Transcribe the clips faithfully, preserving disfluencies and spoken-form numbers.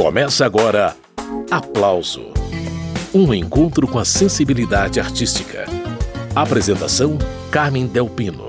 Começa agora Aplauso, um encontro com a sensibilidade artística. Apresentação Carmen Del Pino.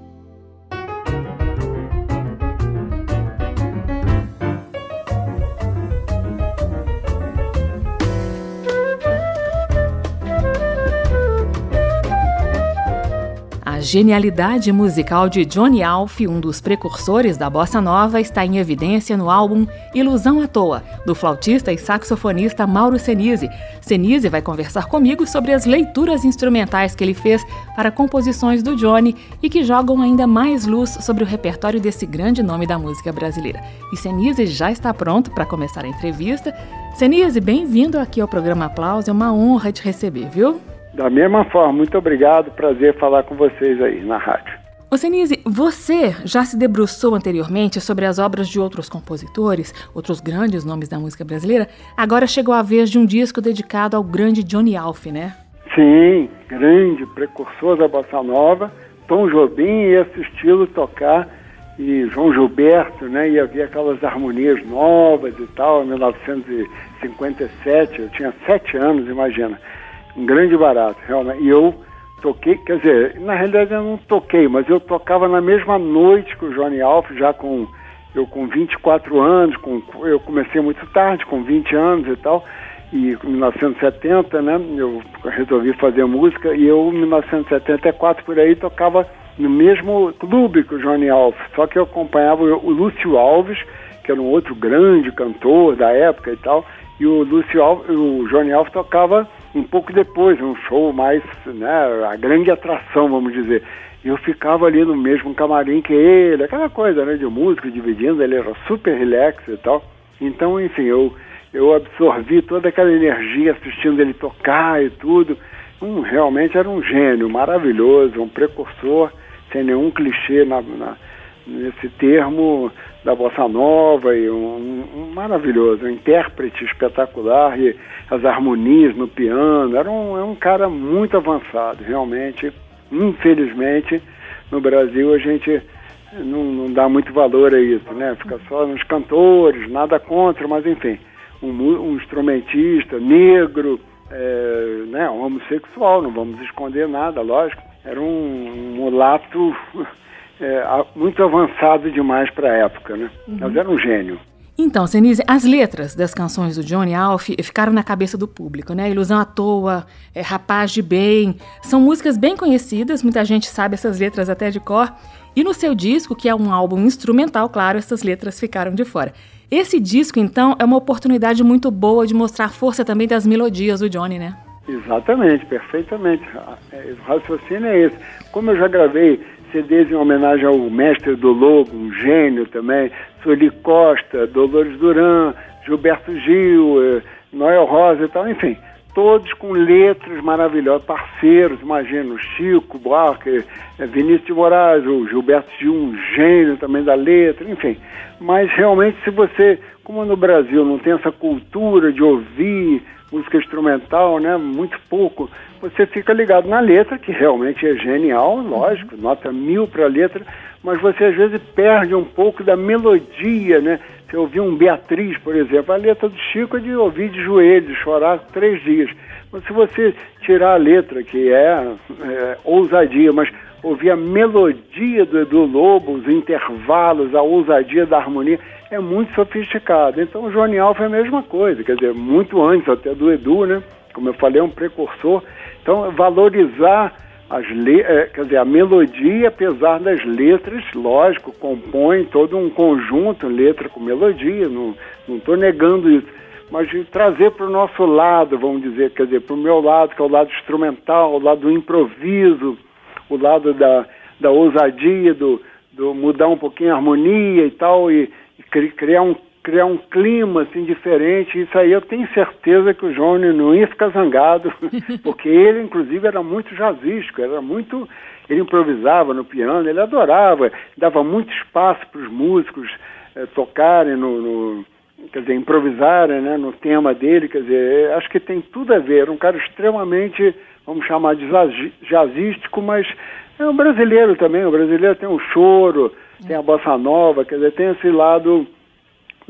A genialidade musical de Johnny Alf, um dos precursores da bossa nova, está em evidência no álbum Ilusão à Toa, do flautista e saxofonista Mauro Senise. Senise vai conversar comigo sobre as leituras instrumentais que ele fez para composições do Johnny e que jogam ainda mais luz sobre o repertório desse grande nome da música brasileira. E Senise já está pronto para começar a entrevista. Senise, bem-vindo aqui ao programa Aplauso, é uma honra te receber, viu? Da mesma forma, muito obrigado, prazer falar com vocês aí na rádio. Ô Senise, você já se debruçou anteriormente sobre as obras de outros compositores, outros grandes nomes da música brasileira? Agora chegou a vez de um disco dedicado ao grande Johnny Alf, né? Sim, grande precursor da bossa nova, Tom Jobim e esse estilo tocar, e João Gilberto, né? E havia aquelas harmonias novas e tal, em mil novecentos e cinquenta e sete, eu tinha sete anos, imagina. Um grande barato, realmente. E eu toquei, quer dizer, na realidade eu não toquei, mas eu tocava na mesma noite que o Johnny Alf, já com, eu com vinte e quatro anos, com, eu comecei muito tarde, com vinte anos e tal, e em mil novecentos e setenta, né, eu resolvi fazer música, e eu em mil novecentos e setenta e quatro, por aí, tocava no mesmo clube que o Johnny Alf, só que eu acompanhava o Lúcio Alves, que era um outro grande cantor da época e tal, e o Lúcio Alves, o Johnny Alf tocava um pouco depois, um show mais, né, a grande atração, vamos dizer. E eu ficava ali no mesmo camarim que ele, aquela coisa, né, de música, dividindo, ele era super relax e tal. Então, enfim, eu, eu absorvi toda aquela energia assistindo ele tocar e tudo. Um, realmente era um gênio maravilhoso, um precursor, sem nenhum clichê na, na, nesse termo da bossa nova, e um, um maravilhoso, um intérprete espetacular, e as harmonias no piano, era um, é um cara muito avançado, realmente. Infelizmente, no Brasil a gente não, não dá muito valor a isso, né? Fica só nos cantores, nada contra, mas enfim, um, um instrumentista negro, é, né, um homossexual, não vamos esconder nada, lógico, era um, um mulato é, muito avançado demais para a época, né? Uhum. Mas era um gênio. Então, Senise, as letras das canções do Johnny Alf ficaram na cabeça do público, né? Ilusão à Toa, é, Rapaz de Bem, são músicas bem conhecidas, muita gente sabe essas letras até de cor. E no seu disco, que é um álbum instrumental, claro, essas letras ficaram de fora. Esse disco, então, é uma oportunidade muito boa de mostrar a força também das melodias do Johnny, né? Exatamente, perfeitamente. O raciocínio é esse. Como eu já gravei C Ds em homenagem ao Mestre do Lobo, um gênio também, Sueli Costa, Dolores Duran, Gilberto Gil, Noel Rosa e tal, enfim, todos com letras maravilhosas, parceiros, imagina, o Chico Buarque, Vinícius de Moraes, o Gilberto Gil, um gênio também da letra, enfim. Mas realmente, se você, como no Brasil não tem essa cultura de ouvir música instrumental, né, muito pouco, você fica ligado na letra, que realmente é genial, lógico, nota mil para a letra, mas você às vezes perde um pouco da melodia, né? Você ouvir um Beatriz, por exemplo, a letra do Chico é de ouvir de joelho, de chorar três dias. Mas se você tirar a letra, que é, é ousadia, mas ouvir a melodia do Edu Lobo, os intervalos, a ousadia da harmonia, é muito sofisticado. Então o Johnny Alf é a mesma coisa, quer dizer, muito antes até do Edu, né? Como eu falei, é um precursor. Então, valorizar as le- é, quer dizer, a melodia, apesar das letras, lógico, compõe todo um conjunto, letra com melodia, não estou negando isso, mas de trazer para o nosso lado, vamos dizer, quer dizer, para o meu lado, que é o lado instrumental, o lado do improviso, o lado da, da ousadia, do, do mudar um pouquinho a harmonia e tal, e, e cri- criar um criar um clima assim diferente. Isso aí eu tenho certeza que o Johnny não ia ficar zangado, porque ele inclusive era muito jazzístico, era muito, ele improvisava no piano, ele adorava, dava muito espaço para os músicos eh, tocarem no, no, quer dizer, improvisarem, né, no tema dele, quer dizer, acho que tem tudo a ver, era um cara extremamente, vamos chamar de jazzístico, mas é um brasileiro também, o brasileiro tem o choro, tem a bossa nova, quer dizer, tem esse lado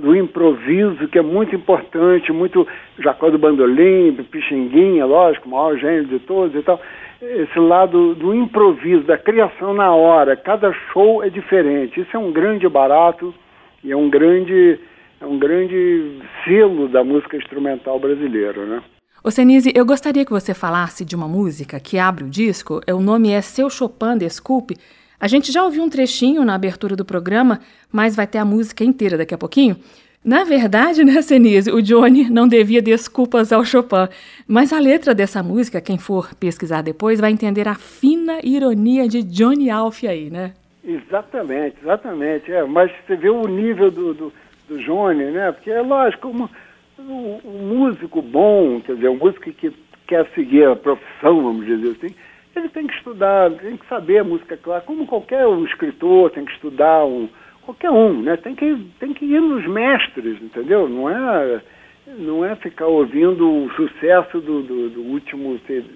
do improviso, que é muito importante, muito Jacó do Bandolim, Pixinguinha, lógico, o maior gênio de todos e tal. Esse lado do improviso, da criação na hora, cada show é diferente. Isso é um grande barato e é um grande, é um grande selo da música instrumental brasileira, né? Ô Senise, eu gostaria que você falasse de uma música que abre o disco, o nome é Seu Chopin, Desculpe. A gente já ouviu um trechinho na abertura do programa, mas vai ter a música inteira daqui a pouquinho. Na verdade, né, Senise, o Johnny não devia desculpas ao Chopin, mas a letra dessa música, quem for pesquisar depois, vai entender a fina ironia de Johnny Alf aí, né? Exatamente, exatamente. É, mas você vê o nível do, do, do Johnny, né? Porque é lógico, um, um, um músico bom, quer dizer, um músico que quer seguir a profissão, vamos dizer assim, ele tem que estudar, tem que saber a música clássica, como qualquer um escritor tem que estudar, um, qualquer um, né? Tem que, tem que ir nos mestres, entendeu? Não é, não é ficar ouvindo o sucesso do, do, do último,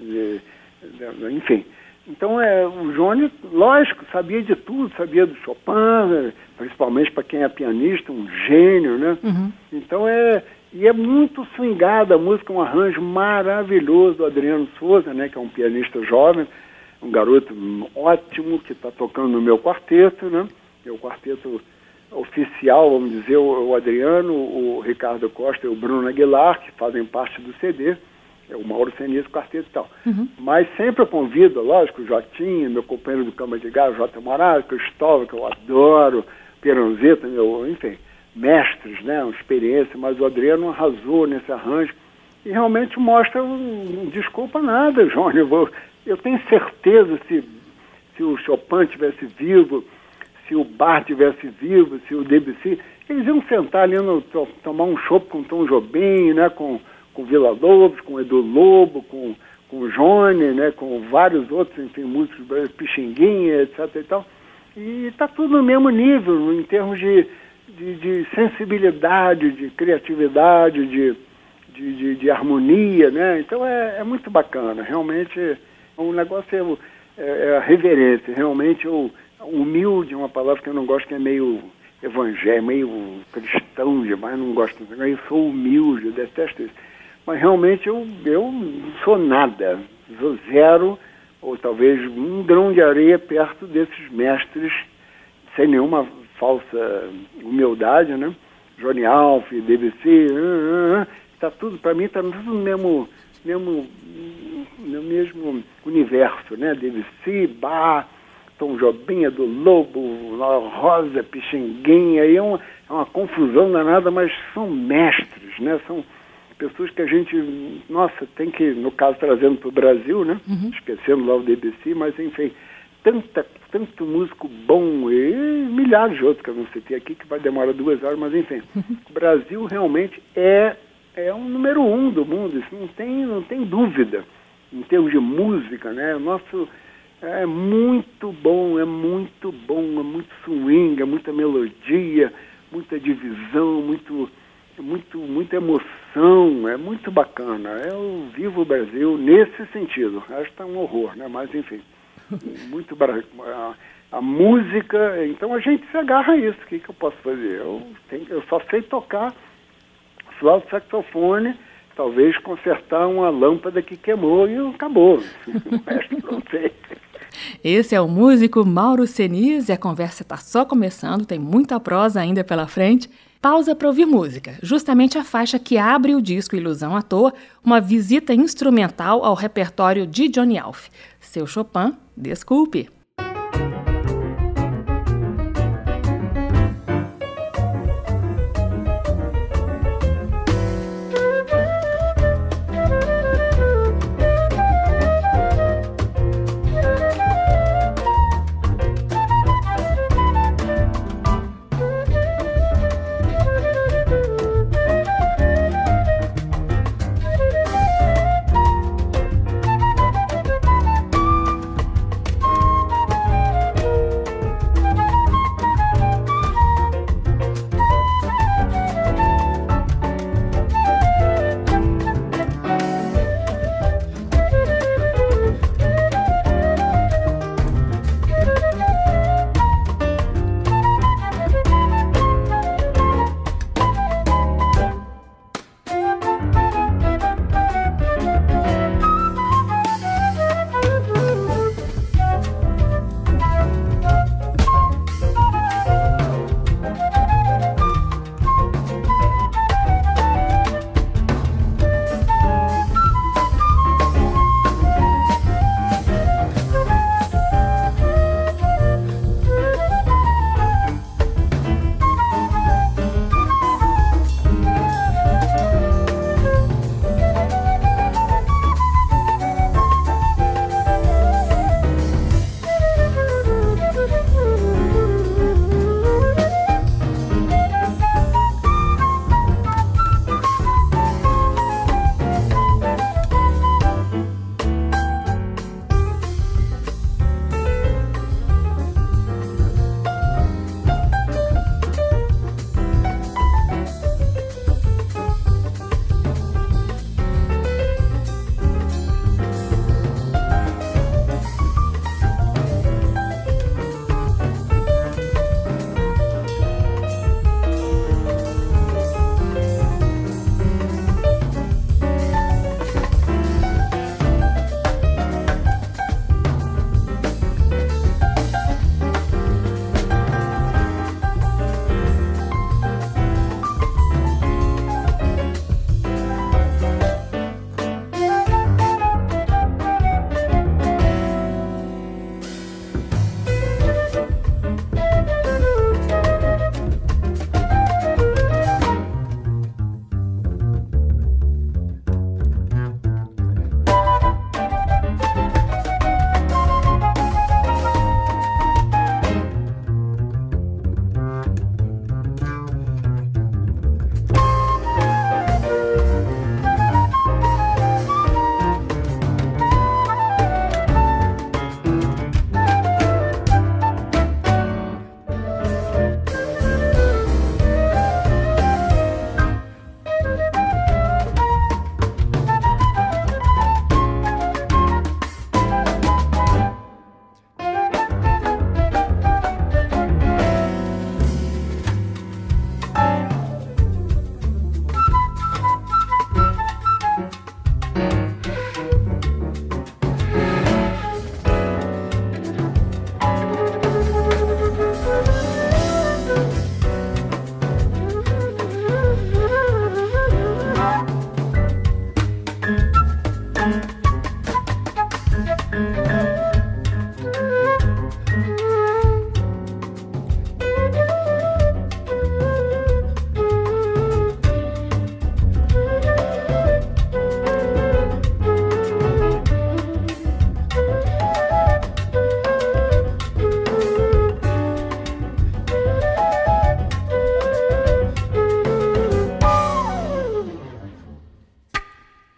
enfim. Então, é, o Johnny, lógico, sabia de tudo, sabia do Chopin, principalmente para quem é pianista, um gênio, né? Uhum. Então, é... E é muito swingada a música, um arranjo maravilhoso do Adriano Souza, né, que é um pianista jovem, um garoto ótimo, que está tocando no meu quarteto, né? Meu quarteto oficial, vamos dizer, o, o Adriano, o Ricardo Costa e o Bruno Aguilar, que fazem parte do C D, é o Mauro Senise, quarteto e tal. Uhum. Mas sempre eu convido, lógico, o Jotinha, meu companheiro do Cama de Gás, Jota Moraes, Cristóvão, que eu adoro, Peranzeta, meu, enfim... mestres, né, uma experiência, mas o Adriano arrasou nesse arranjo e realmente mostra, não desculpa nada, Johnny, eu, vou, eu tenho certeza se, se o Chopin tivesse vivo, se o Bach tivesse vivo, se o Debussy, eles iam sentar ali, no, to, tomar um chopp com Tom Jobim, né, com, com Vila Lobos, com Edu Lobo, com, com o Johnny, né, com vários outros, enfim, músicos, Pixinguinha, etc e tal, e está tudo no mesmo nível, em termos de De, de sensibilidade, de criatividade, de, de, de, de harmonia, né? Então é, é muito bacana, realmente o negócio é, é, é a reverência, realmente o humilde é uma palavra que eu não gosto, que é meio evangélico, meio cristão demais, não gosto, eu sou humilde, eu detesto isso, mas realmente eu, eu não sou nada, sou zero, ou talvez um grão de areia perto desses mestres, sem nenhuma falsa humildade, né? Johnny Alf, Debussy, uh, uh, tá tudo, para mim, está tudo no mesmo, mesmo, no mesmo universo, né? Debussy, Bach, Tom Jobim, Edu Lobo, Rosa, Pixinguinha, aí é uma, é uma confusão danada, mas são mestres, né? São pessoas que a gente, nossa, tem que, no caso, trazendo para o Brasil, né? Uhum. Esquecendo lá o Debussy, mas enfim, tanta, tanto músico bom e milhares de outros que eu não citei aqui, que vai demorar duas horas, mas enfim. O Brasil realmente é, é um número um do mundo, isso não tem, não tem dúvida, em termos de música, né? O nosso é muito bom, é muito bom, é muito swing, é muita melodia, muita divisão, muito, muito, muita emoção, é muito bacana. Eu vivo o Brasil nesse sentido, acho que está um horror, né? Mas enfim. Muito a, a música, então a gente se agarra a isso. O que, que eu posso fazer? Eu, tenho, eu só sei tocar flauta, saxofone, talvez consertar uma lâmpada que queimou e acabou. O resto não sei. Esse é o músico Mauro Senise. A conversa está só começando, tem muita prosa ainda pela frente. Pausa para ouvir música, justamente a faixa que abre o disco Ilusão à Toa, uma visita instrumental ao repertório de Johnny Alf. Seu Chopin, Desculpe.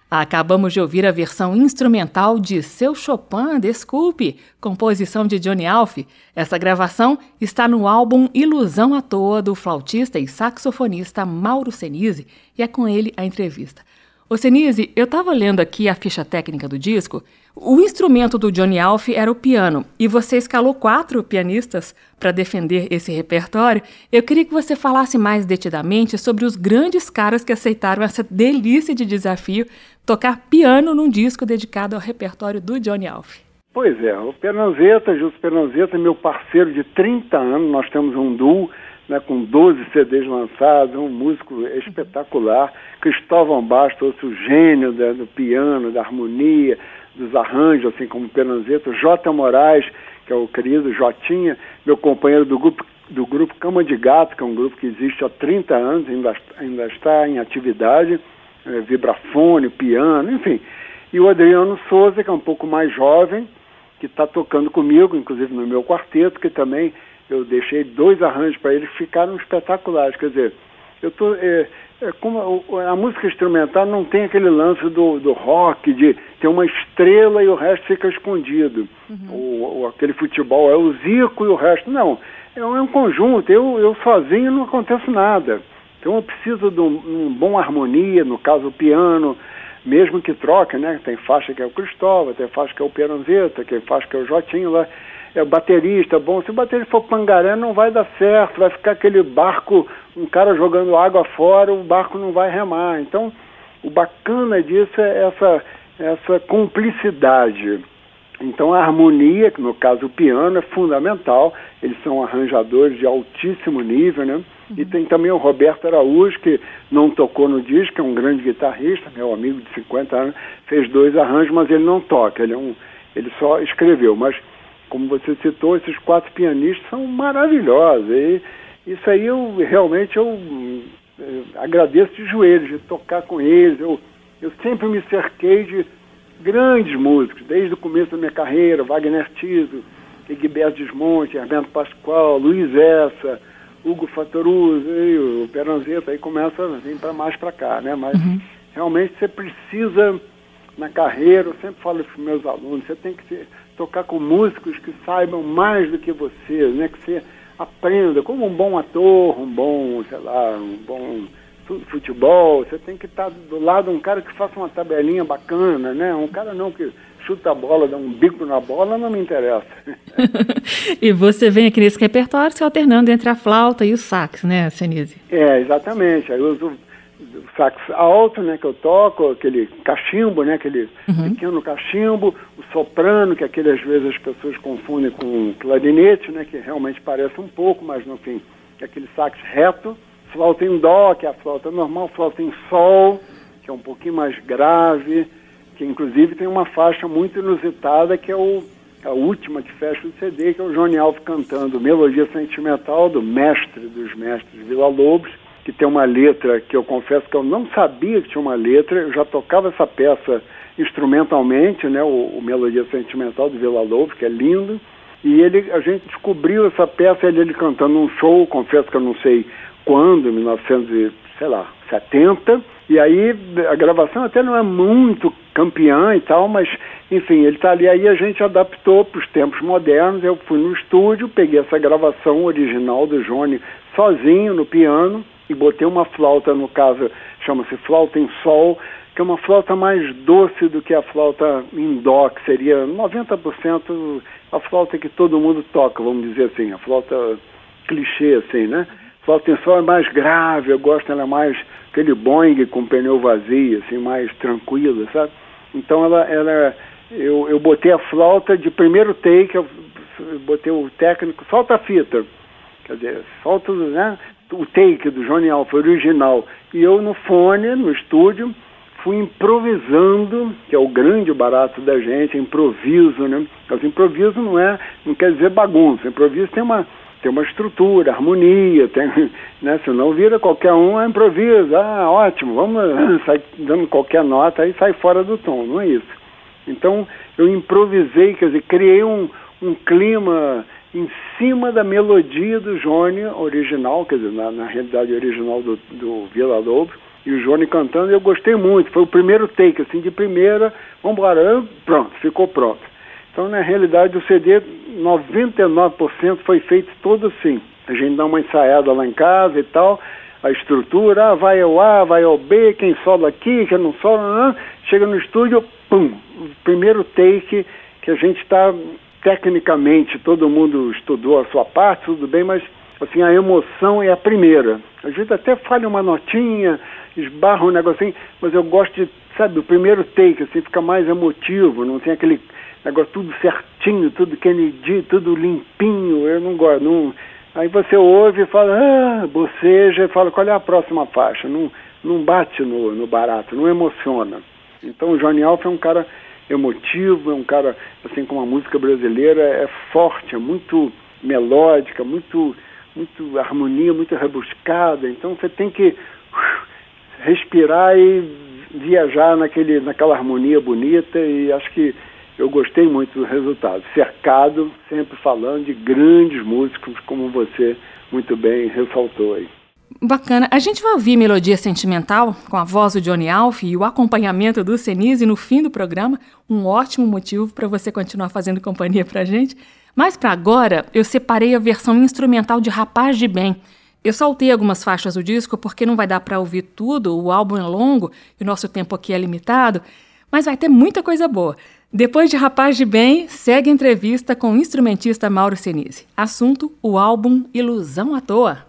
Acabamos de ouvir a versão instrumental de Seu Chopin, Desculpe, composição de Johnny Alf. Essa gravação está no álbum Ilusão à Toa, do flautista e saxofonista Mauro Senise, e é com ele a entrevista. Ô Senise, eu estava lendo aqui a ficha técnica do disco. O instrumento do Johnny Alf era o piano, e você escalou quatro pianistas para defender esse repertório. Eu queria que você falasse mais detidamente sobre os grandes caras que aceitaram essa delícia de desafio, tocar piano num disco dedicado ao repertório do Johnny Alf. Pois é, o Pernanzetta, Justo Pernanzetta, é meu parceiro de trinta anos, nós temos um duo, né, com doze C Ds lançados, um músico espetacular. Cristóvão Bastos, o gênio da, do piano, da harmonia, dos arranjos, assim como o Pernanzetta. J. Moraes, que é o querido Jotinha, meu companheiro do grupo, do grupo Cama de Gato, que é um grupo que existe há trinta anos, ainda, ainda está em atividade, é, vibrafone, piano, enfim. E o Adriano Souza, que é um pouco mais jovem, que está tocando comigo, inclusive no meu quarteto, que também eu deixei dois arranjos para eles, ficaram espetaculares. Quer dizer, eu tô, é, é, como a, a música instrumental não tem aquele lance do, do rock, de ter uma estrela e o resto fica escondido. Uhum. Ou, ou aquele futebol é o Zico e o resto. Não, é um, é um conjunto. Eu, eu sozinho não acontece nada. Então eu preciso de um, um bom harmonia, no caso o piano, mesmo que troque, né? Tem faixa que é o Cristóvão, tem faixa que é o Pernanzetta, tem faixa que é o Jotinho lá. É o baterista, bom, se o baterista for pangaré não vai dar certo, vai ficar aquele barco, um cara jogando água fora, o barco não vai remar. Então, o bacana disso é essa, essa cumplicidade. Então, a harmonia, que no caso o piano, é fundamental, eles são arranjadores de altíssimo nível, né? Uhum. E tem também o Roberto Araújo, que não tocou no disco, é um grande guitarrista, meu amigo de cinquenta anos, fez dois arranjos, mas ele não toca, ele, é um, ele só escreveu, mas como você citou, esses quatro pianistas são maravilhosos. E isso aí eu realmente eu, eu agradeço de joelhos, de tocar com eles. Eu, eu sempre me cerquei de grandes músicos, desde o começo da minha carreira, Wagner Tiso, Egberto Gismonti, Hermeto Pascoal, Luiz Essa, Hugo Fattoruso, e o Pernanzetta, aí começa a vir para mais para cá, né? Mas uhum. realmente você precisa, na carreira, eu sempre falo para os meus alunos, você tem que ser, tocar com músicos que saibam mais do que você, né? Que você aprenda, como um bom ator, um bom, sei lá, um bom futebol, você tem que estar do lado de um cara que faça uma tabelinha bacana, né? Um cara não que chuta a bola, dá um bico na bola, não me interessa. E você vem aqui nesse repertório se alternando entre a flauta e o sax, né, Senise? É, exatamente. Aí eu uso o sax alto, né, que eu toco, aquele cachimbo, né, aquele uhum. pequeno cachimbo, o soprano, que aquele às vezes as pessoas confundem com clarinete, né, que realmente parece um pouco, mas no fim é aquele sax reto, flauta em dó, que é a flauta normal, flauta em sol, que é um pouquinho mais grave, que inclusive tem uma faixa muito inusitada, que é o, a última que fecha o C D, que é o Johnny Alf cantando Melodia Sentimental, do mestre dos mestres, Villa-Lobos, que tem uma letra que eu confesso que eu não sabia que tinha uma letra, eu já tocava essa peça instrumentalmente, né, o, o Melodia Sentimental do Villa-Lobos, que é lindo, e ele, a gente descobriu essa peça, ele, ele cantando num show, confesso que eu não sei quando, mil e novecentos e setenta, e aí a gravação até não é muito campeã e tal, mas enfim, ele está ali, aí a gente adaptou para os tempos modernos, eu fui no estúdio, peguei essa gravação original do Johnny sozinho no piano, e botei uma flauta, no caso, chama-se flauta em sol, que é uma flauta mais doce do que a flauta em dó, que seria noventa por cento a flauta que todo mundo toca, vamos dizer assim, a flauta clichê, assim, né? A flauta em sol é mais grave, eu gosto, ela é mais aquele boing com pneu vazio, assim, mais tranquila, sabe? Então, ela, ela eu, eu botei a flauta de primeiro take, eu botei o técnico, solta a fita, quer dizer, solta, né? O take do Johnny Alf original, e eu no fone, no estúdio, fui improvisando, que é o grande barato da gente, improviso, né? Mas improviso não é, não quer dizer bagunça, improviso tem uma, tem uma estrutura, harmonia, tem, né? Senão vira qualquer um, é improviso, ah, ótimo, vamos, sai dando qualquer nota, aí sai fora do tom, não é isso. Então, eu improvisei, quer dizer, criei um, um clima em cima da melodia do Johnny original, quer dizer, na, na realidade original do, do Villa-Lobos, e o Johnny cantando, eu gostei muito. Foi o primeiro take, assim, de primeira, vamos embora, pronto, ficou pronto. Então, na realidade, o C D, noventa e nove por cento foi feito todo assim. A gente dá uma ensaiada lá em casa e tal, a estrutura, ah, vai ao A, vai ao B, quem sola aqui, quem não sola, não, chega no estúdio, pum, o primeiro take que a gente está, tecnicamente, todo mundo estudou a sua parte, tudo bem, mas assim, a emoção é a primeira. A gente até falha uma notinha, esbarra um negocinho, mas eu gosto de, sabe, o primeiro take, assim, fica mais emotivo, não tem aquele negócio tudo certinho, tudo Kennedy, tudo limpinho, eu não gosto, não... Aí você ouve e fala, ah, boceja, e fala, qual é a próxima faixa? Não, não bate no, no barato, não emociona. Então o Johnny Alf é um cara emotivo, é um cara, assim como a música brasileira, é forte, é muito melódica, muito, muito harmonia, muito rebuscada. Então você tem que uh, respirar e viajar naquele, naquela harmonia bonita, e acho que eu gostei muito do resultado. Cercado, sempre falando de grandes músicos, como você muito bem ressaltou aí. Bacana. A gente vai ouvir Melodia Sentimental com a voz do Johnny Alf e o acompanhamento do Senise no fim do programa. Um ótimo motivo para você continuar fazendo companhia pra gente. Mas para agora, eu separei a versão instrumental de Rapaz de Bem. Eu saltei algumas faixas do disco porque não vai dar para ouvir tudo, o álbum é longo e o nosso tempo aqui é limitado, mas vai ter muita coisa boa. Depois de Rapaz de Bem, segue a entrevista com o instrumentista Mauro Senise. Assunto, o álbum Ilusão à Toa.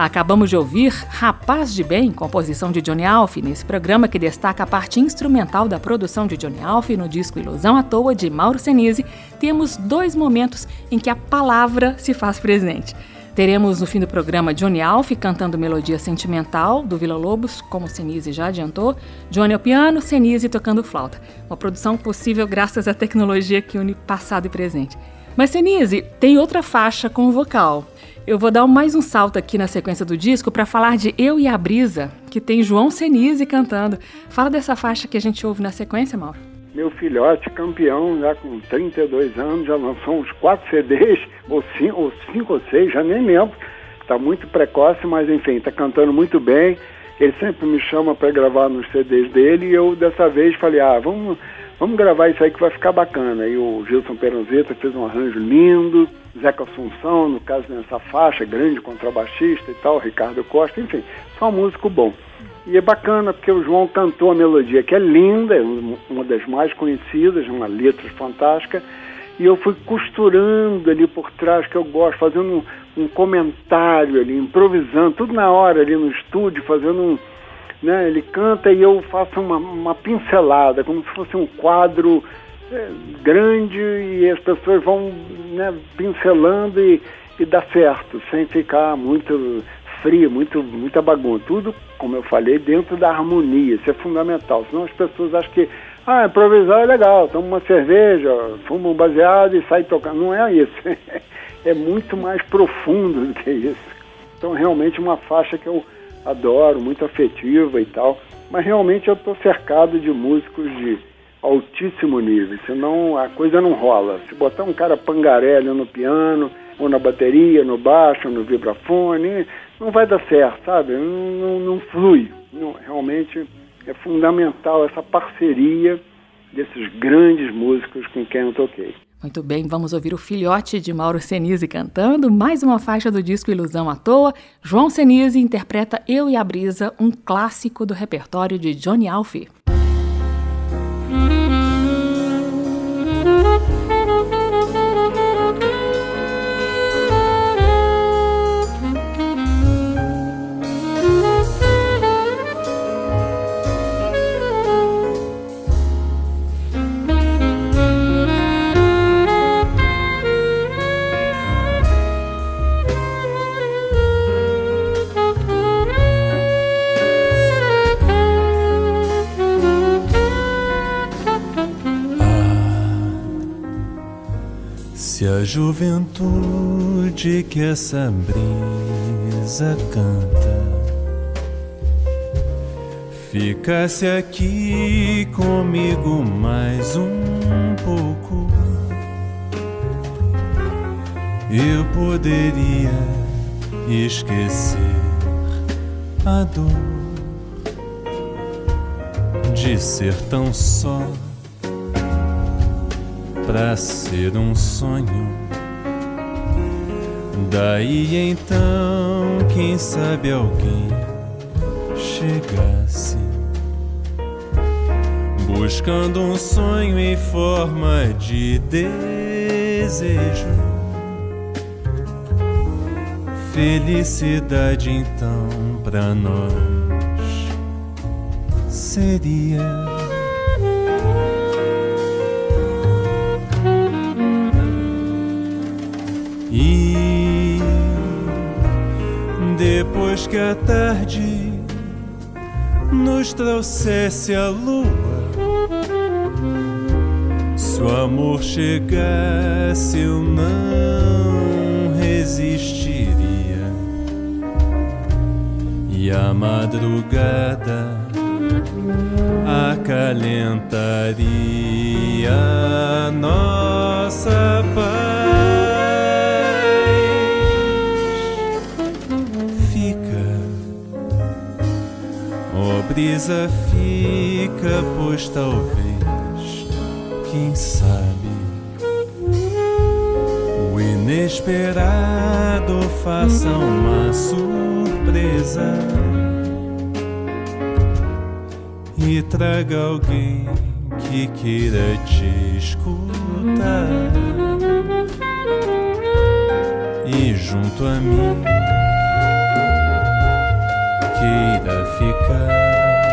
Acabamos de ouvir Rapaz de Bem, composição de Johnny Alf, nesse programa que destaca a parte instrumental da produção de Johnny Alf no disco Ilusão à Toa, de Mauro Senise. Temos dois momentos em que a palavra se faz presente. Teremos no fim do programa Johnny Alf cantando Melodia Sentimental, do Vila Lobos, como Senise já adiantou, Johnny ao piano, Senise tocando flauta. Uma produção possível graças à tecnologia que une passado e presente. Mas Senise, tem outra faixa com vocal. Eu vou dar mais um salto aqui na sequência do disco para falar de Eu e a Brisa, que tem João Senise cantando. Fala dessa faixa que a gente ouve na sequência, Mauro. Meu filhote, campeão, já com trinta e dois anos, já lançou uns quatro C Ds, ou cinco ou, cinco, ou seis, já nem lembro. Está muito precoce, mas enfim, está cantando muito bem. Ele sempre me chama para gravar nos C Ds dele e eu dessa vez falei, ah, vamos, vamos gravar isso aí que vai ficar bacana. E o Gilson Peranzetta fez um arranjo lindo, Zeca Assunção, no caso nessa faixa, grande contrabaixista e tal, Ricardo Costa, enfim, só um músico bom. E é bacana porque o João cantou a melodia, que é linda, é uma das mais conhecidas, uma letra fantástica, e eu fui costurando ali por trás, que eu gosto, fazendo um, um comentário ali, improvisando, tudo na hora ali no estúdio, fazendo um, né, ele canta e eu faço uma, uma pincelada, como se fosse um quadro é, grande e as pessoas vão, né, pincelando e, e dá certo, sem ficar muito frio, muito, muita bagunça. Tudo, como eu falei, dentro da harmonia, isso é fundamental, senão as pessoas acham que ah, improvisar é legal, toma uma cerveja, fuma um baseado e sai tocando. Não é isso, é muito mais profundo do que isso. Então realmente uma faixa que eu adoro, muito afetiva e tal, mas realmente eu estou cercado de músicos de altíssimo nível, senão a coisa não rola. Se botar um cara pangaré no piano, ou na bateria, no baixo, no vibrafone, não vai dar certo, sabe? Não, não, não flui. Não, realmente é fundamental essa parceria desses grandes músicos com quem eu toquei. Muito bem, vamos ouvir o filhote de Mauro Senise cantando mais uma faixa do disco Ilusão à Toa. João Senise interpreta Eu e a Brisa, um clássico do repertório de Johnny Alf. Se a juventude que essa brisa canta ficasse aqui comigo mais um pouco, eu poderia esquecer a dor de ser tão só pra ser um sonho. Daí então, quem sabe alguém chegasse buscando um sonho em forma de desejo. Felicidade então pra nós seria e depois que a tarde nos trouxesse a lua, se o amor chegasse eu não resistiria, e a madrugada acalentaria a nossa paz. Brisa fica, pois talvez, quem sabe, o inesperado faça uma surpresa e traga alguém que queira te escutar. E junto a mim queira ficar.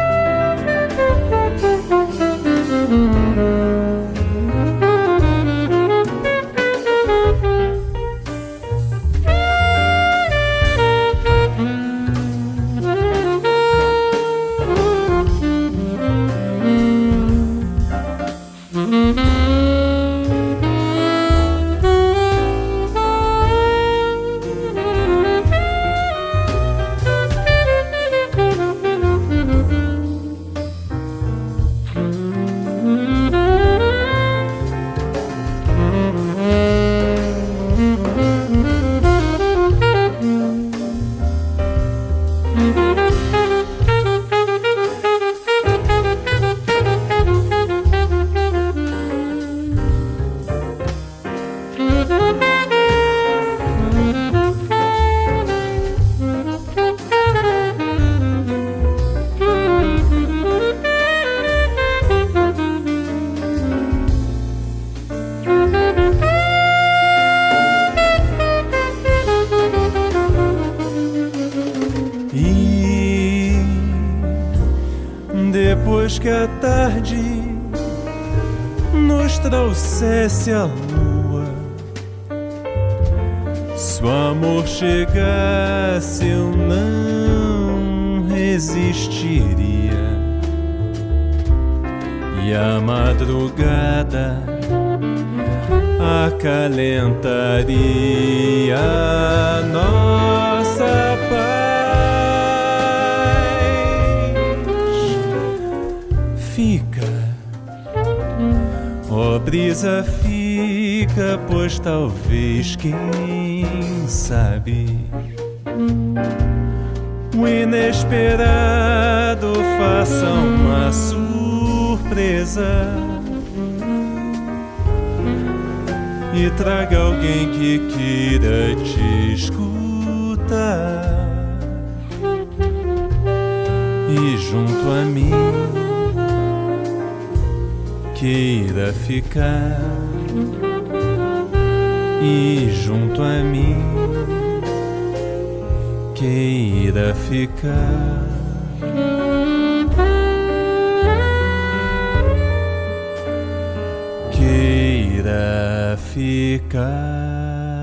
Depois que a tarde nos trouxesse a lua, se o amor chegasse eu não resistiria, e a madrugada acalentaria a nossa paz. Fica, ó brisa, fica, pois talvez, quem sabe, o inesperado faça uma surpresa e traga alguém que queira te escutar, e junto a mim queira ficar, e junto a mim queira ficar. Queira ficar.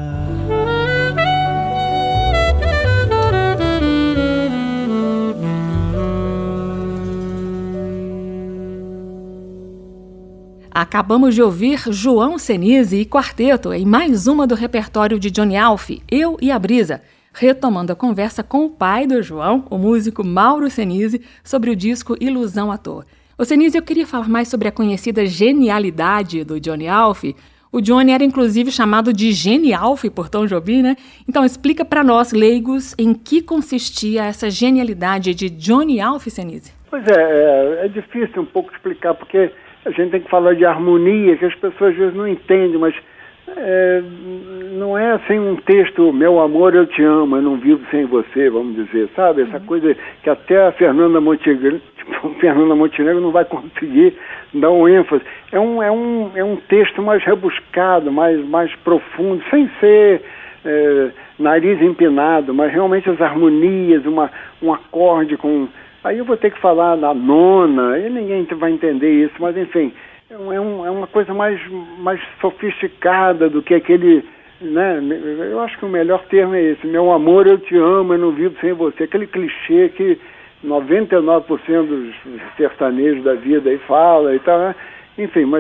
Acabamos de ouvir João Senise e Quarteto em mais uma do repertório de Johnny Alf, Eu e a Brisa, retomando a conversa com o pai do João, o músico Mauro Senise, sobre o disco Ilusão à Toa. Ô Senise, eu queria falar mais sobre a conhecida genialidade do Johnny Alf. O Johnny era inclusive chamado de Geni Alf por Tom Jobim, né? Então explica para nós, leigos, em que consistia essa genialidade de Johnny Alf, Senise. Pois é, é, é difícil um pouco explicar, porque a gente tem que falar de harmonia, que as pessoas às vezes não entendem, mas é, não é assim um texto, meu amor, eu te amo, eu não vivo sem você, vamos dizer, sabe? Essa uhum. coisa que até a Fernanda Montenegro, tipo, Fernanda Montenegro não vai conseguir dar um ênfase. É um, é um, é um texto mais rebuscado, mais, mais profundo, sem ser é, nariz empinado, mas realmente as harmonias, uma, um acorde com... Aí eu vou ter que falar da nona, e ninguém vai entender isso, mas enfim, é, um, é uma coisa mais, mais sofisticada do que aquele, né? Eu acho que o melhor termo é esse, meu amor, eu te amo, eu não vivo sem você, aquele clichê que noventa e nove por cento dos sertanejos da vida aí fala e tal, né? Enfim, mas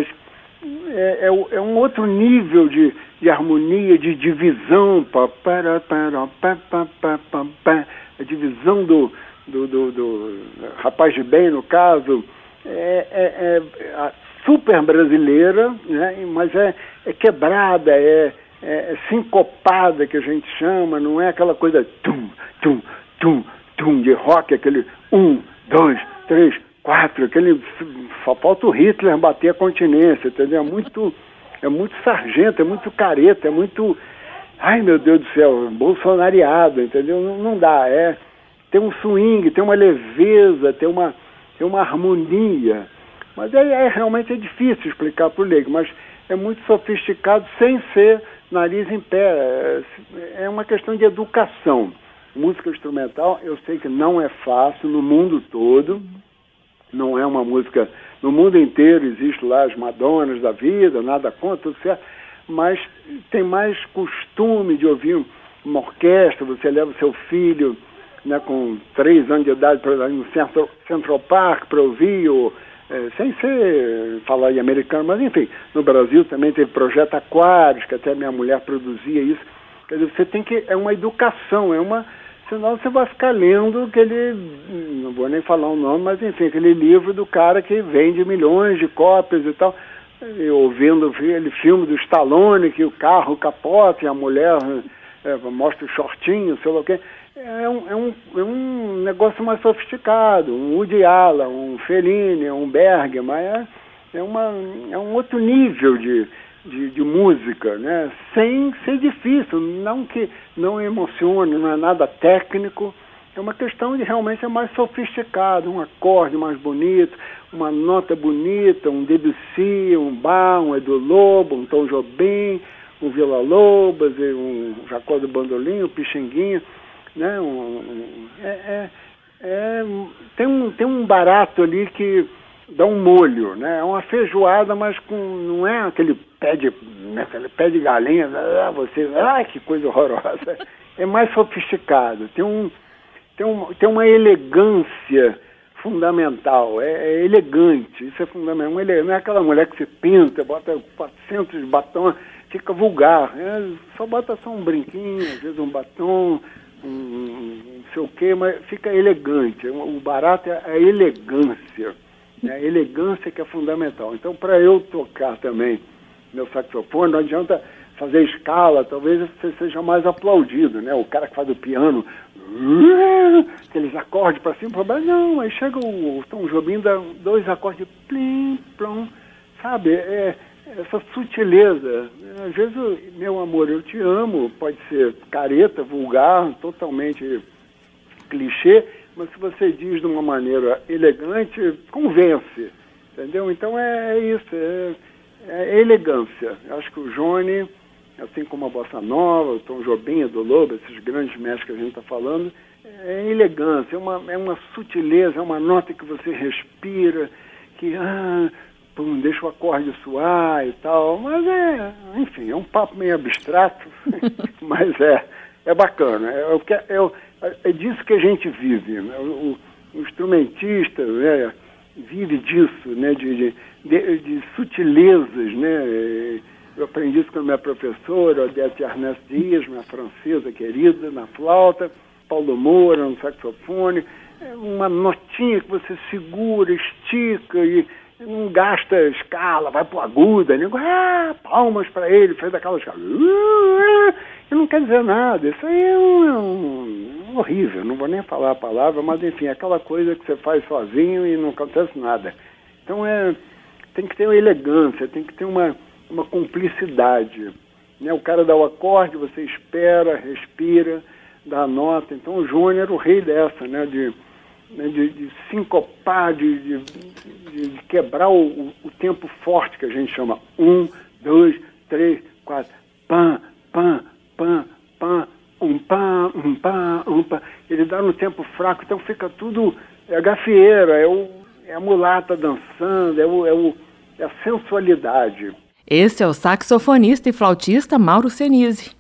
é, é, é um outro nível de, de harmonia, de divisão, pá, para, para, pá, pá, pá, pá, pá, a divisão do... Do, do, do Rapaz de Bem, no caso, é, é, é super brasileira, né? Mas é, é quebrada, é, é, é sincopada, que a gente chama, não é aquela coisa tum, tum, tum, tum, de rock, aquele um, dois, três, quatro, aquele, só falta o Hitler bater a continência, entendeu? É muito, é muito sargento, é muito careta, é muito, ai meu Deus do céu, bolsonariado, entendeu? Não, não dá, é... Tem um swing, tem uma leveza, tem uma, tem uma harmonia. Mas é, é, realmente é difícil explicar para o leigo, mas é muito sofisticado sem ser nariz em pé. É, é uma questão de educação. música instrumental, eu sei que não é fácil no mundo todo, não é uma música... No mundo inteiro existe lá as Madonas da vida, nada contra, tudo certo, mas tem mais costume de ouvir uma orquestra, você leva o seu filho, né, com três anos de idade para ir no Central, Central Park para ouvir, ou, é, sem ser falar em americano, mas enfim, no Brasil também teve Projeto Aquários, que até minha mulher produzia isso. Quer dizer, você tem que... É uma educação, é uma... Senão você vai ficar lendo aquele... Não vou nem falar o nome, mas enfim, aquele livro do cara que vende milhões de cópias e tal, e ouvindo aquele filme do Stallone, que o carro capota e a mulher é, mostra o shortinho, sei lá o quê. É um, é, um, é um negócio mais sofisticado, um Woody Allen, um Fellini, um Bergman, é, é, uma, é um outro nível de... De, de música, né? Sem ser difícil, não que não emocione, não é nada técnico, é uma questão de realmente é mais sofisticado, um acorde mais bonito, uma nota bonita, um Debussy, um Bach, um Edu Lobo, um Tom Jobim, um Villa Lobos, um Jacó do Bandolim, um Pixinguinha, né? Um, um, é, é, é, tem, um, tem um barato ali que dá um molho, né? É uma feijoada, mas com, não é aquele pé de, né, aquele pé de galinha, ah, você, ah, que coisa horrorosa. É mais sofisticado, tem, um, tem, um, tem uma elegância fundamental, é, é elegante, isso é fundamental. Um ele, não é aquela mulher que se pinta, bota quatrocentos batom, fica vulgar, né? Só bota só um brinquinho, às vezes um batom, um não sei o quê, mas fica elegante. O barato é a elegância. É a elegância que é fundamental. Então, para eu tocar também meu saxofone, não adianta fazer escala, talvez você seja mais aplaudido, né? O cara que faz o piano, aqueles acordes para cima, para baixo, não, aí chega o, o Tom Jobim, dá dois acordes, plim, plom, sabe? É, essa sutileza. Às vezes, meu amor, eu te amo, pode ser careta, vulgar, totalmente clichê, mas se você diz de uma maneira elegante, convence, entendeu? Então é, é isso, é, é elegância. Eu acho que o Johnny, assim como a Bossa Nova, o Tom Jobim, Edu Lobo, esses grandes mestres que a gente está falando, é elegância, é uma, é uma sutileza, é uma nota que você respira, que ah, pum, deixa o acorde suar e tal, mas é, enfim, é um papo meio abstrato, mas é, é bacana, é, o que é, é, é disso que a gente vive, né? o, o instrumentista, né, vive disso, né, de, de, de sutilezas, né? Eu aprendi isso com a minha professora, Odete Ernest Dias, minha francesa querida, na flauta, Paulo Moura no saxofone, é uma notinha que você segura, estica e não gasta escala, vai pro aguda, né? Ah, palmas para ele, fez aquela escala. E não quer dizer nada, isso aí é um, é um horrível, não vou nem falar a palavra, mas enfim, é aquela coisa que você faz sozinho e não acontece nada. Então é, tem que ter uma elegância, tem que ter uma, uma cumplicidade, né? O cara dá o acorde, você espera, respira, dá a nota. Então o Júnior era o rei dessa, né? De, de, de sincopar, de, de, de quebrar o, o tempo forte que a gente chama. Um, dois, três, quatro, pam, pam, pam, pam, um pam, um pam, um pam. Ele dá no tempo fraco, então fica tudo, é a gafieira, é, o, é a mulata dançando, é, o, é, o, é a sensualidade. Esse é o saxofonista e flautista Mauro Senise.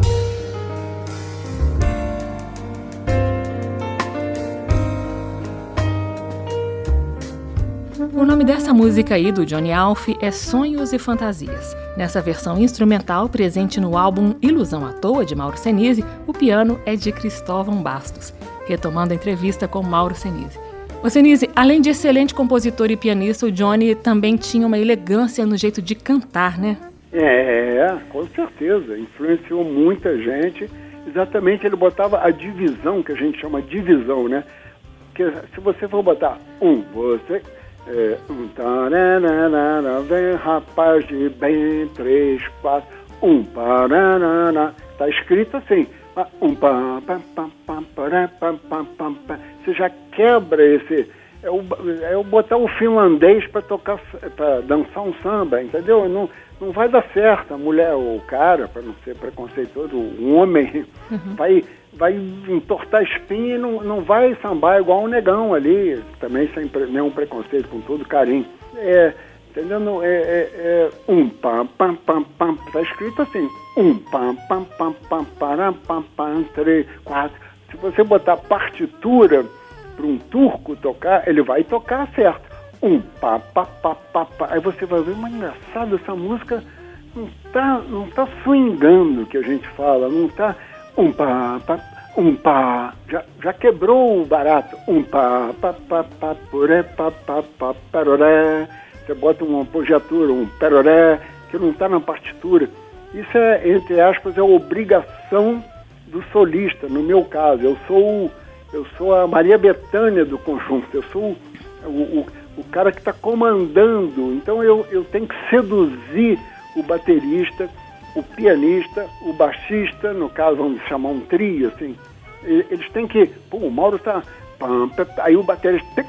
O nome dessa música aí do Johnny Alf é Sonhos e Fantasias. Nessa versão instrumental presente no álbum Ilusão à Toa, de Mauro Senise, o piano é de Cristóvão Bastos. Retomando a entrevista com Mauro Senise. Ô Senise, além de excelente compositor e pianista, o Johnny também tinha uma elegância no jeito de cantar, né? É, com certeza. Influenciou muita gente. Exatamente, ele botava a divisão, que a gente chama divisão, né? Porque se você for botar um, você... É, um tararara, vem rapaz de bem, três, quatro, um pararara, tá escrito assim, um pam, pam, pam, pam, pam, pam, pam, pam. Você já quebra esse, é o, é o botar o finlandês para tocar, para dançar um samba, entendeu? Não, não vai dar certo, a mulher ou o cara, para não ser preconceituoso, o homem uhum. vai, vai entortar a espinha e não, não vai sambar igual um negão ali, também sem nenhum preconceito, com todo carinho. É, entendeu? É, é, é um pam, pam, pam, pam, tá escrito assim, um pam, pam, pam, pam, param, pam, pam, três, quatro. Se você botar partitura para um turco tocar, ele vai tocar certo. Um pá, pá, pá, pá, pá. Aí você vai ver, mas engraçado, essa música não tá, não tá swingando, que a gente fala, não tá um pá, pá, um pá, já, já quebrou o barato. Um pá, pá, pá, pá, poré, pá, pá, pá, peroré. Você bota uma apogiatura, um peroré, que não tá na partitura. Isso é, entre aspas, é obrigação do solista, no meu caso. Eu sou, eu sou a Maria Bethânia do conjunto, eu sou o, o, o cara que está comandando. Então eu, eu tenho que seduzir o baterista, o pianista, o baixista, no caso vamos chamar um trio, assim. Eles têm que... Pô, o Mauro está... Aí o baterista...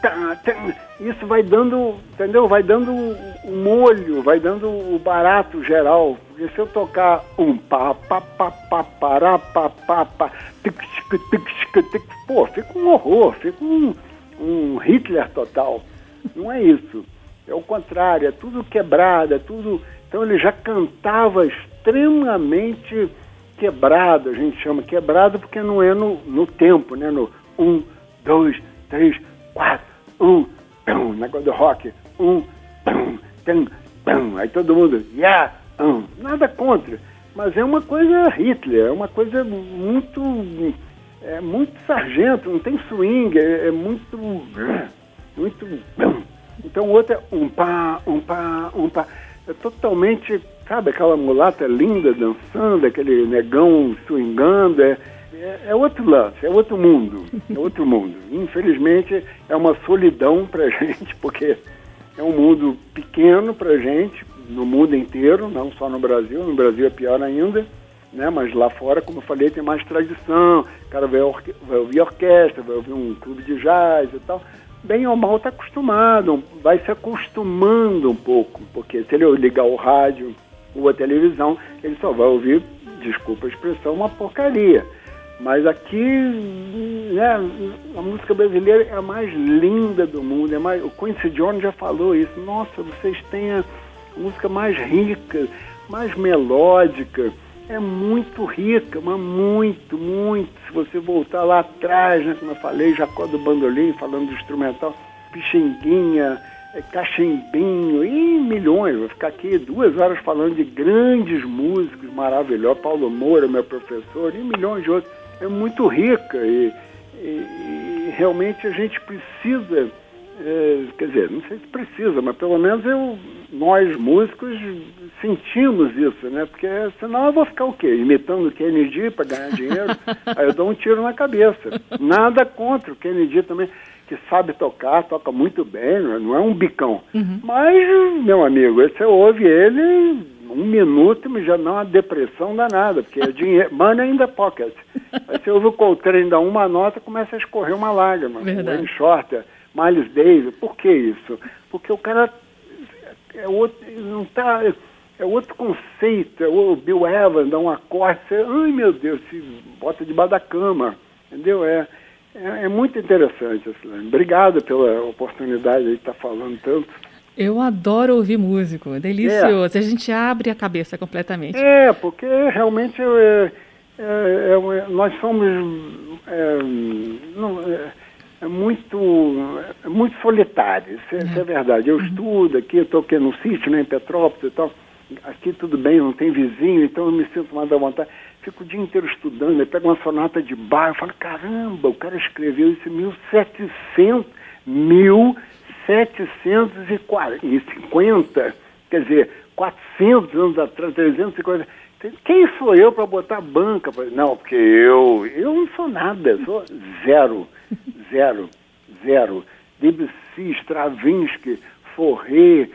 Isso vai dando, entendeu? Vai dando o molho, vai dando o barato geral. Porque se eu tocar um pá, pá, pá, pá, pará, pá, pá, pá, tic, tic, tic, tic, pô, fica um horror, fica um, um Hitler total. Não é isso. É o contrário, é tudo quebrado, é tudo... Então ele já cantava extremamente quebrado, a gente chama quebrado porque não é no, no tempo, né? No um, dois, três, quatro, um, pum, negócio do rock, um, pum, pum, pum, aí todo mundo, yeah, um, nada contra, mas é uma coisa Hitler, é uma coisa muito, é muito sargento, não tem swing, é, é muito, muito, então o outro é um pá, um pá, um pá, é totalmente, sabe, aquela mulata linda dançando, aquele negão swingando, é, é, é outro lance, é outro mundo, é outro mundo. Infelizmente é uma solidão pra gente, porque é um mundo pequeno pra gente, no mundo inteiro, não só no Brasil, no Brasil é pior ainda, né? Mas lá fora, como eu falei, tem mais tradição, o cara vai, orque- vai ouvir orquestra, vai ouvir um clube de jazz e tal. Bem ou mal está acostumado, vai se acostumando um pouco, porque se ele ligar o rádio ou a televisão, ele só vai ouvir, desculpa a expressão, uma porcaria. Mas aqui, né, a música brasileira é a mais linda do mundo, é mais, o Quincy Jones já falou isso, nossa, vocês têm a música mais rica, mais melódica, é muito rica, mas muito, muito. Se você voltar lá atrás, né, como eu falei, Jacó do Bandolim, falando do instrumental, Pixinguinha, é, Cachimbinho, e milhões. Vou ficar aqui duas horas falando de grandes músicos maravilhosos, Paulo Moura, meu professor, e milhões de outros. É muito rica e, e, e realmente a gente precisa, é, quer dizer, não sei se precisa, mas pelo menos eu, nós músicos sentimos isso, né? Porque senão eu vou ficar o quê? Imitando o Kennedy para ganhar dinheiro? Aí eu dou um tiro na cabeça. Nada contra o Kennedy também, que sabe tocar, toca muito bem, não é um bicão. Uhum. Mas, meu amigo, você ouve ele um minuto e já dá uma depressão danada, porque é dinheiro, money in the pocket. Aí você ouve o Coltrane dar uma nota, começa a escorrer uma lágrima. Verdade. O Wayne Shorter, Miles Davis, por que isso? Porque o cara é outro, não tá, é outro conceito, é o Bill Evans dá um acorde, você, ai meu Deus, se bota debaixo da cama, entendeu? É, é, é muito interessante, assim. Obrigado pela oportunidade de estar falando tanto. Eu adoro ouvir músico, é delicioso, é. A gente abre a cabeça completamente. É, porque realmente é, é, é, nós somos é, não, é, é muito, é muito solitário, isso é, é. Isso é verdade. Eu uhum. estudo aqui, eu estou aqui no sítio, né, em Petrópolis e tal, aqui tudo bem, não tem vizinho, então eu me sinto mais à vontade. Fico o dia inteiro estudando, eu pego uma sonata de Bach, eu falo, caramba, o cara escreveu isso em mil e setecentos, mil setecentos e cinquenta, quer dizer, quatrocentos anos atrás, trezentos e cinquenta. Quem sou eu para botar banca? Não, porque eu, eu não sou nada, sou zero, zero, zero. Debussy, Stravinsky, Fauré,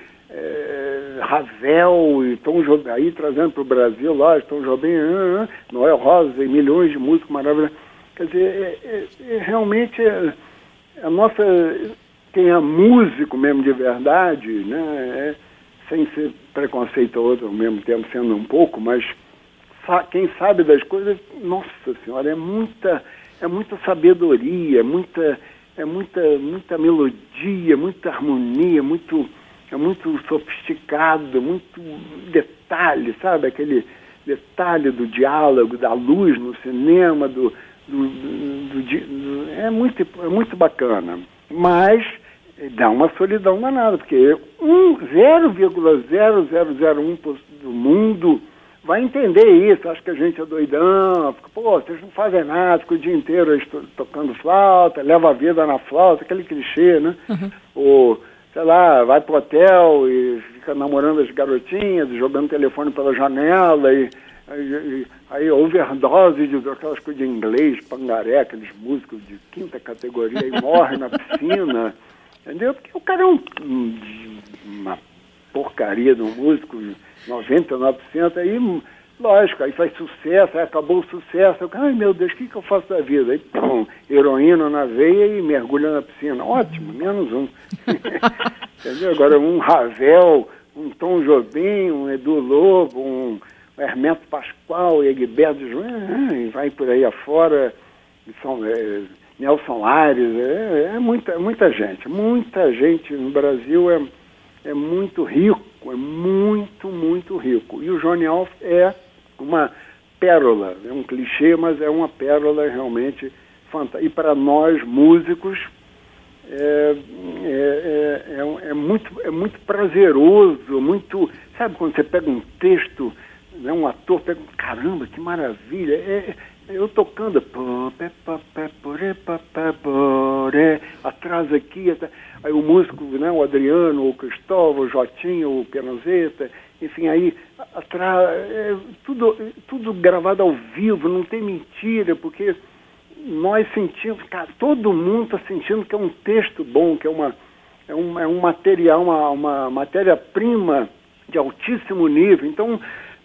é, Ravel e Tom Jobim, aí trazendo para o Brasil, lá, Tom Jobim, uh, uh, Noel Rosa e milhões de músicos maravilhosos. Quer dizer, é, é, é, realmente é, a nossa... Quem é músico mesmo de verdade, né, é, sem ser preconceituoso ao mesmo tempo, sendo um pouco, mas sa- quem sabe das coisas, nossa senhora, é muita, é muita sabedoria, muita, é muita, muita melodia, muita harmonia, muito, é muito sofisticado, muito detalhe, sabe? Aquele detalhe do diálogo, da luz no cinema, do, do, do, do, do é, muito, é muito bacana. Mas dá uma solidão danada, porque um, zero vírgula zero zero zero um por cento do mundo vai entender isso, acha que a gente é doidão, fica, pô, vocês não fazem nada, fica o dia inteiro to- tocando flauta, leva a vida na flauta, aquele clichê, né? Uhum. Ou, sei lá, vai pro hotel e fica namorando as garotinhas, jogando telefone pela janela e aí, aí overdose de aquelas coisas de inglês, pangaré, aqueles músicos de quinta categoria e morre na piscina, entendeu? Porque o cara é um, um, uma porcaria de um músico, noventa e nove por cento, aí, lógico, aí faz sucesso, aí acabou o sucesso, eu, ai meu Deus, o que, que eu faço da vida? Aí, pum, heroína na veia e mergulha na piscina, ótimo, menos um. Entendeu? Agora um Ravel, um Tom Jobim, um Edu Lobo, um Hermeto Pascoal, Egberto João, vai por aí afora, são, é, Nelson Aires, é, é muita, muita gente, muita gente no Brasil é, é muito rico, é muito, muito rico. E o Johnny Alf é uma pérola, é um clichê, mas é uma pérola realmente fantástica. E para nós, músicos, é, é, é, é, muito, é muito prazeroso, muito... Sabe quando você pega um texto, né, um ator pega... Caramba, que maravilha! É, eu tocando... Atrás aqui... Aí o músico, né, o Adriano, o Cristóvão, o Jotinho, o Pianozeta, enfim, aí atrás, é, tudo, tudo gravado ao vivo, não tem mentira, porque nós sentimos, cara, todo mundo está sentindo que é um texto bom, que é, uma, é, um, é um material, uma, uma matéria-prima de altíssimo nível, então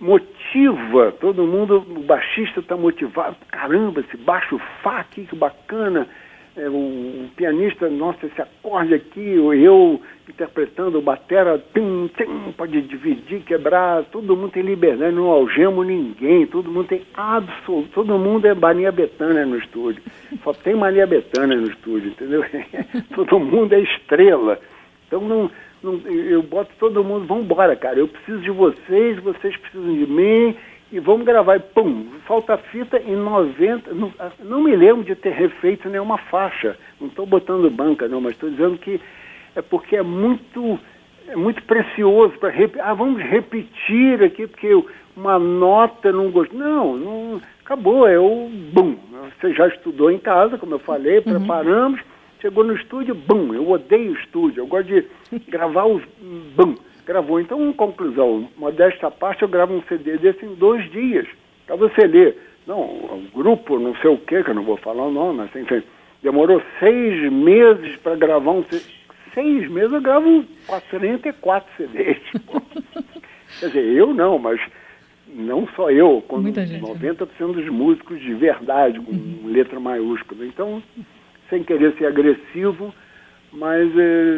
motiva todo mundo, o baixista está motivado, caramba, esse baixo Fá aqui, que bacana. É, o, o pianista, nossa, esse acorde aqui, eu interpretando o batera, tim, tim, pode dividir, quebrar, todo mundo tem liberdade, não algemo ninguém, todo mundo tem absoluto, todo mundo é Maria Bethânia no estúdio, só tem Maria Bethânia no estúdio, entendeu? Todo mundo é estrela, então não, não, eu boto todo mundo, vamos embora, cara, eu preciso de vocês, vocês precisam de mim, e vamos gravar, e pum, falta a fita em noventa, não, não me lembro de ter refeito nenhuma faixa, não estou botando banca não, mas estou dizendo que é porque é muito, é muito precioso para repetir, ah, vamos repetir aqui, porque uma nota não gostou, não, não, acabou, é o bum, você já estudou em casa, como eu falei, uhum. Preparamos, chegou no estúdio, bum, eu odeio estúdio, eu gosto de gravar os bum, gravou. Então, em conclusão, modesta parte, eu gravo um C D desse em dois dias. Para você ler. Não, o grupo, não sei o quê, que eu não vou falar o nome, mas enfim, demorou seis meses para gravar um C D. Seis meses eu gravo quarenta e quatro C Ds. Quer dizer, eu não, mas não só eu, como noventa por cento dos músicos de verdade, com uhum. letra maiúscula. Então, sem querer ser agressivo, mas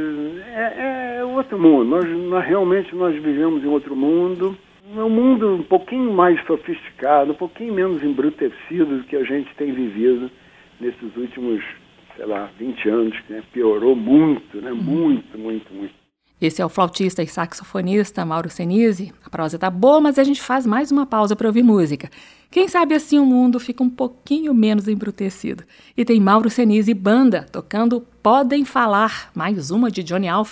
é, é outro mundo, nós, nós realmente nós vivemos em outro mundo, é um mundo um pouquinho mais sofisticado, um pouquinho menos embrutecido do que a gente tem vivido nesses últimos, sei lá, vinte anos, que né, piorou muito, né, muito, muito, muito. Esse é o flautista e saxofonista Mauro Senise. A prosa tá boa, mas a gente faz mais uma pausa para ouvir música. Quem sabe assim o mundo fica um pouquinho menos embrutecido. E tem Mauro Senise e banda tocando Podem Falar, mais uma de Johnny Alf.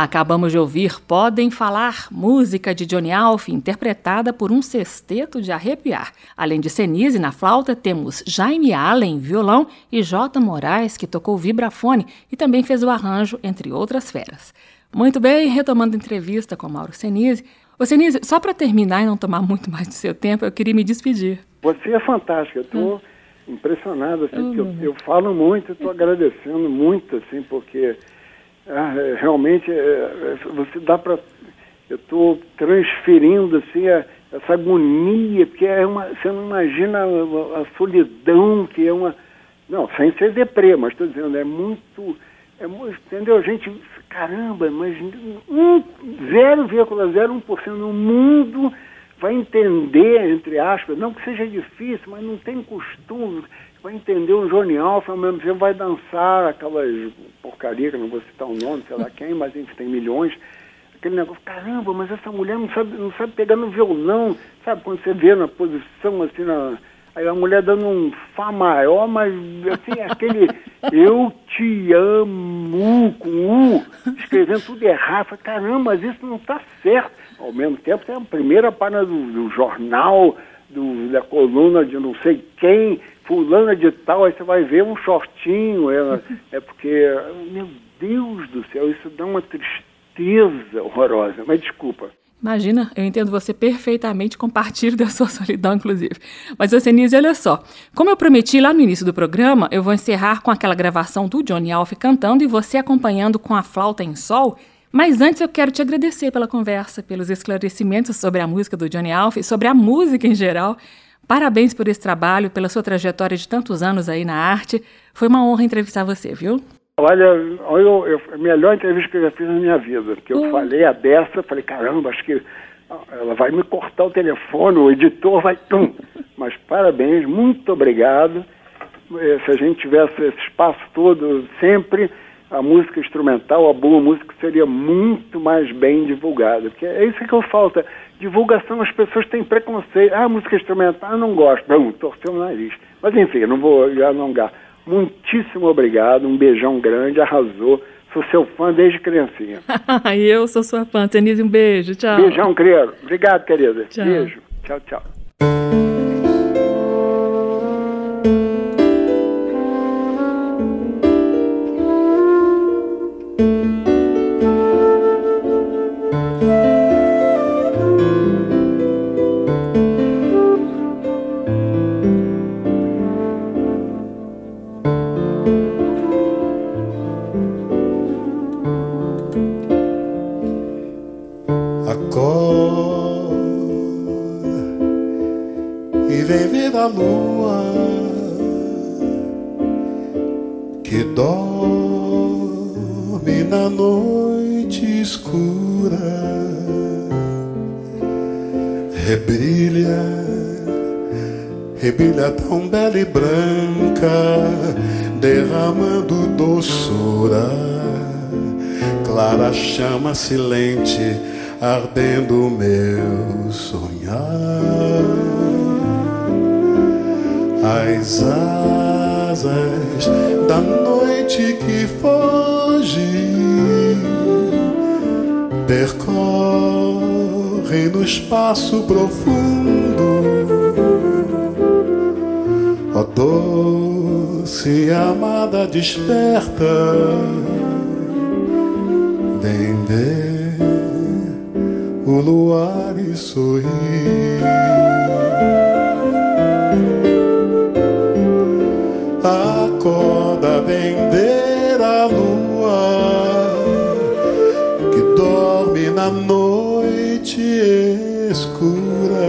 Acabamos de ouvir Podem Falar, música de Johnny Alf, interpretada por um sexteto de arrepiar. Além de Senise na flauta, temos Jaime Allen, violão, e J. Moraes, que tocou vibrafone e também fez o arranjo, entre outras feras. Muito bem, retomando a entrevista com Mauro Senise. Ô Senise, só para terminar e não tomar muito mais do seu tempo, eu queria me despedir. Você é fantástica, eu estou hum. impressionado, assim, hum. que eu, eu falo muito, estou agradecendo muito, assim, porque ah, realmente é, você dá para... Eu estou transferindo, assim, a, essa agonia, porque é uma, você não imagina a, a solidão, que é uma... Não, sem ser deprê, mas estou dizendo, é muito... É, entendeu? A gente, caramba, mas um, zero vírgula zero um por cento no mundo vai entender, entre aspas, não que seja difícil, mas não tem costume, vai entender o Johnny Alf, ao mesmo tempo vai dançar aquelas porcaria, que eu não vou citar o nome, sei lá quem, mas enfim, tem milhões, aquele negócio, caramba, mas essa mulher não sabe, não sabe pegar no violão, sabe, quando você vê na posição, assim, na... Aí a mulher dando um Fá maior, mas assim, aquele eu te amo com U, escrevendo tudo errado. Falei, caramba, mas isso não está certo. Ao mesmo tempo tem a primeira página do, do jornal, do, da coluna de não sei quem, fulana de tal, aí você vai ver um shortinho. É, é porque, meu Deus do céu, isso dá uma tristeza horrorosa, mas desculpa. Imagina, eu entendo você perfeitamente, compartilho da sua solidão, inclusive. Mas, ô Senise, olha só. Como eu prometi lá no início do programa, eu vou encerrar com aquela gravação do Johnny Alf cantando e você acompanhando com a flauta em sol. Mas antes eu quero te agradecer pela conversa, pelos esclarecimentos sobre a música do Johnny Alf, sobre a música em geral. Parabéns por esse trabalho, pela sua trajetória de tantos anos aí na arte. Foi uma honra entrevistar você, viu? Olha, eu, eu, a melhor entrevista que eu já fiz na minha vida, porque eu uhum. falei a dessa, falei, caramba, acho que ela vai me cortar o telefone, o editor vai... Tum. Mas parabéns, muito obrigado. Se a gente tivesse esse espaço todo, sempre a música instrumental, a boa música seria muito mais bem divulgada, porque é isso que eu falta. Divulgação, as pessoas têm preconceito. Ah, música instrumental, eu não gosto. Não, torceu o nariz. Mas enfim, eu não vou alongar. Muitíssimo obrigado, um beijão grande, arrasou. Sou seu fã desde criancinha. E eu sou sua fã. Senise, um beijo, tchau. Beijão, querido. Obrigado, querida. Tchau. Beijo. Tchau, tchau. A lua que dorme na noite escura rebrilha, rebrilha tão bela e branca, derramando doçura, clara chama silente, ardendo o meu sonhar. As asas da noite que foge percorrem no espaço profundo, ó doce amada desperta, vem ver o luar e sorrir. Acorda, vem ver a lua que dorme na noite escura,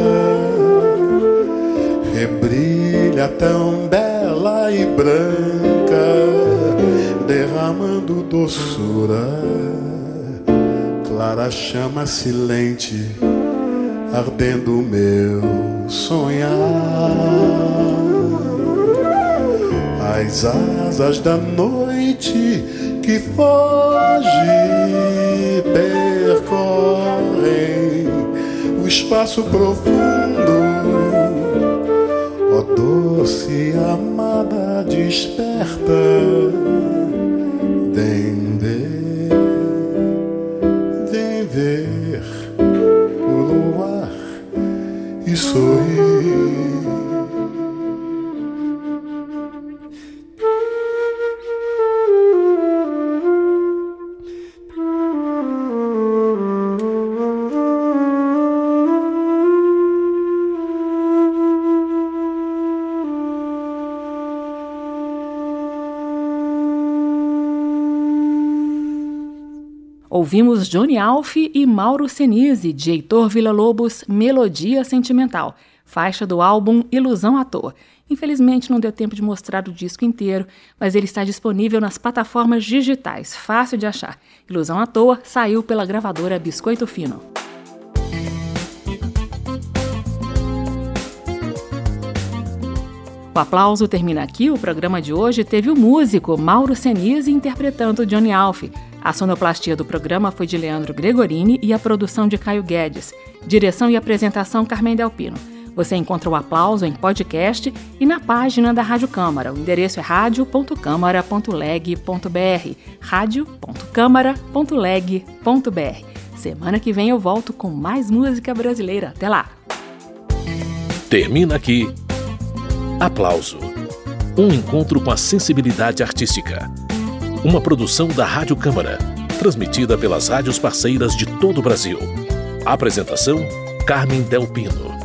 rebrilha tão bela e branca, derramando doçura, clara chama silente, ardendo o meu sonhar. As asas da noite que foge percorrem o espaço profundo, ó doce amada desperta, vem ver sorrir. Ouvimos Johnny Alf e Mauro Senise, de Heitor Villa-Lobos, Melodia Sentimental, faixa do álbum Ilusão à Toa. Infelizmente não deu tempo de mostrar o disco inteiro, mas ele está disponível nas plataformas digitais, fácil de achar. Ilusão à Toa saiu pela gravadora Biscoito Fino. O aplauso termina aqui. O programa de hoje teve o músico Mauro Senise interpretando Johnny Alf. A sonoplastia do programa foi de Leandro Gregorini e a produção de Caio Guedes. Direção e apresentação Carmen Delpino. Você encontra o aplauso em podcast e na página da Rádio Câmara. O endereço é rádio ponto câmara ponto leg ponto br. rádio ponto câmara ponto leg ponto br. Semana que vem eu volto com mais música brasileira. Até lá! Termina aqui Aplauso. Um encontro com a sensibilidade artística. Uma produção da Rádio Câmara, transmitida pelas rádios parceiras de todo o Brasil. Apresentação: Carmen Delpino.